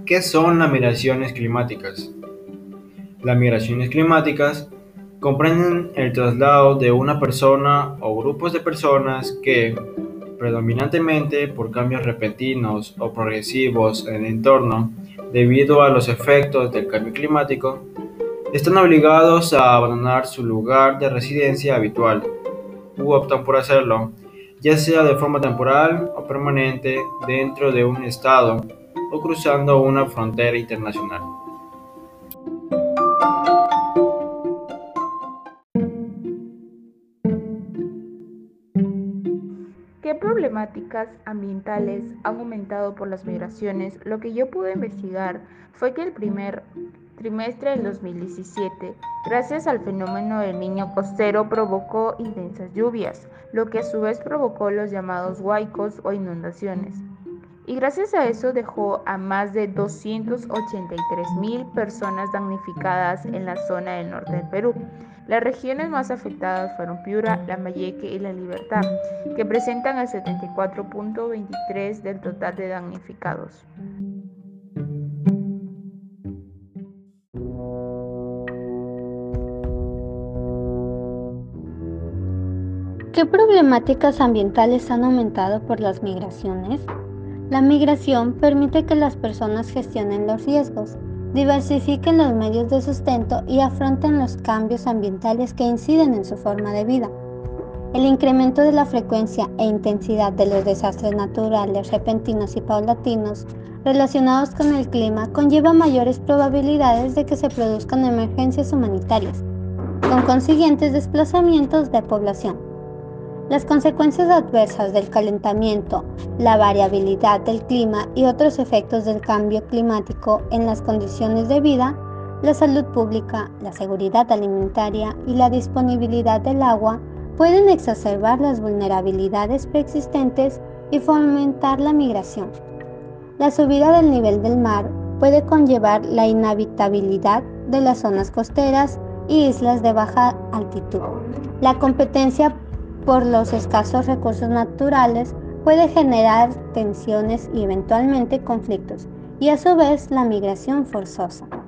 ¿Qué son las migraciones climáticas? Las migraciones climáticas comprenden el traslado de una persona o grupos de personas que, predominantemente por cambios repentinos o progresivos en el entorno debido a los efectos del cambio climático, están obligados a abandonar su lugar de residencia habitual u optan por hacerlo, ya sea de forma temporal o permanente dentro de un estado o cruzando una frontera internacional. ¿Qué problemáticas ambientales han aumentado por las migraciones? Lo que yo pude investigar fue que el primer trimestre del 2017, gracias al fenómeno del Niño costero, provocó intensas lluvias, lo que a su vez provocó los llamados huaicos o inundaciones. Y gracias a eso dejó a más de 283.000 personas damnificadas en la zona del norte del Perú. Las regiones más afectadas fueron Piura, Lambayeque y La Libertad, que presentan el 74.23% del total de damnificados. ¿Qué problemáticas ambientales han aumentado por las migraciones? La migración permite que las personas gestionen los riesgos, diversifiquen los medios de sustento y afronten los cambios ambientales que inciden en su forma de vida. El incremento de la frecuencia e intensidad de los desastres naturales repentinos y paulatinos relacionados con el clima conlleva mayores probabilidades de que se produzcan emergencias humanitarias, con consiguientes desplazamientos de población. Las consecuencias adversas del calentamiento, la variabilidad del clima y otros efectos del cambio climático en las condiciones de vida, la salud pública, la seguridad alimentaria y la disponibilidad del agua pueden exacerbar las vulnerabilidades preexistentes y fomentar la migración. La subida del nivel del mar puede conllevar la inhabitabilidad de las zonas costeras y islas de baja altitud. La competencia por los escasos recursos naturales puede generar tensiones y eventualmente conflictos, y a su vez la migración forzosa.